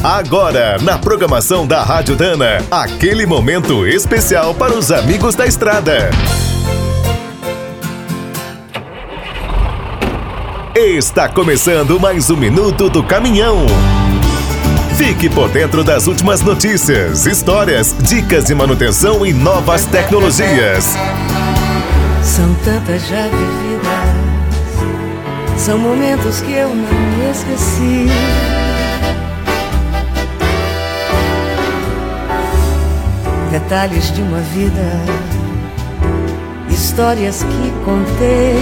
Agora, na programação da Rádio Dana, aquele momento especial para os amigos da estrada. Está começando mais um Minuto do Caminhão. Fique por dentro das últimas notícias, histórias, dicas de manutenção e novas tecnologias. São tantas já vividas, são momentos que eu não esqueci. Detalhes de uma vida, histórias que contei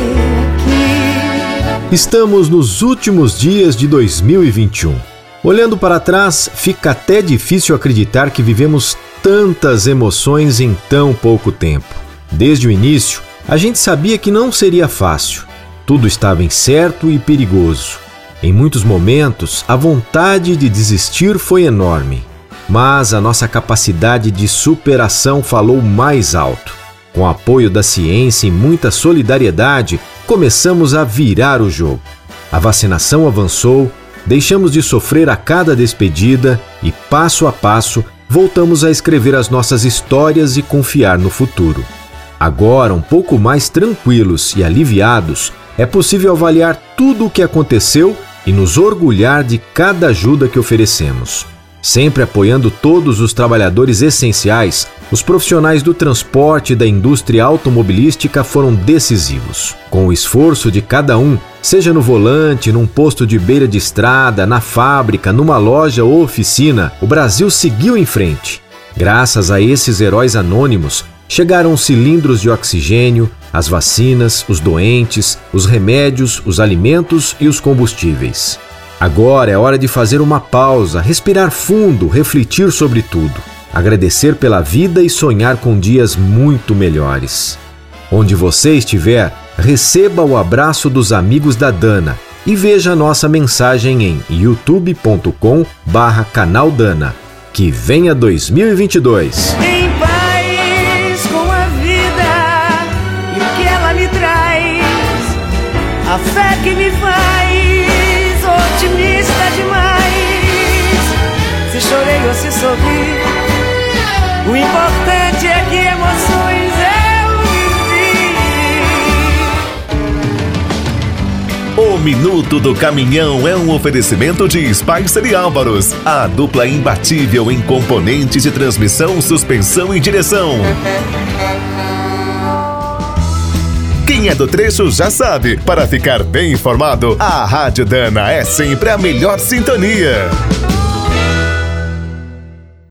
aqui. Estamos nos últimos dias de 2021. Olhando para trás, fica até difícil acreditar que vivemos tantas emoções em tão pouco tempo. Desde o início, a gente sabia que não seria fácil. Tudo estava incerto e perigoso. Em muitos momentos, a vontade de desistir foi enorme. Mas a nossa capacidade de superação falou mais alto. Com o apoio da ciência e muita solidariedade, começamos a virar o jogo. A vacinação avançou, deixamos de sofrer a cada despedida e, passo a passo, voltamos a escrever as nossas histórias e confiar no futuro. Agora, um pouco mais tranquilos e aliviados, é possível avaliar tudo o que aconteceu e nos orgulhar de cada ajuda que oferecemos. Sempre apoiando todos os trabalhadores essenciais, os profissionais do transporte e da indústria automobilística foram decisivos. Com o esforço de cada um, seja no volante, num posto de beira de estrada, na fábrica, numa loja ou oficina, o Brasil seguiu em frente. Graças a esses heróis anônimos, chegaram os cilindros de oxigênio, as vacinas, os doentes, os remédios, os alimentos e os combustíveis. Agora é hora de fazer uma pausa, respirar fundo, refletir sobre tudo, agradecer pela vida e sonhar com dias muito melhores. Onde você estiver, receba o abraço dos amigos da Dana e veja a nossa mensagem em youtube.com/canal Dana. Que venha 2022! Em paz com a vida e o que ela me traz, a fé que me faz otimista demais. Se chorei ou se sorri, o importante é que emoções eu vivi. O Minuto do Caminhão é um oferecimento de Spicer e Álvaros, a dupla imbatível em componentes de transmissão, suspensão e direção. Quem é do trecho já sabe, para ficar bem informado, a Rádio Dana é sempre a melhor sintonia.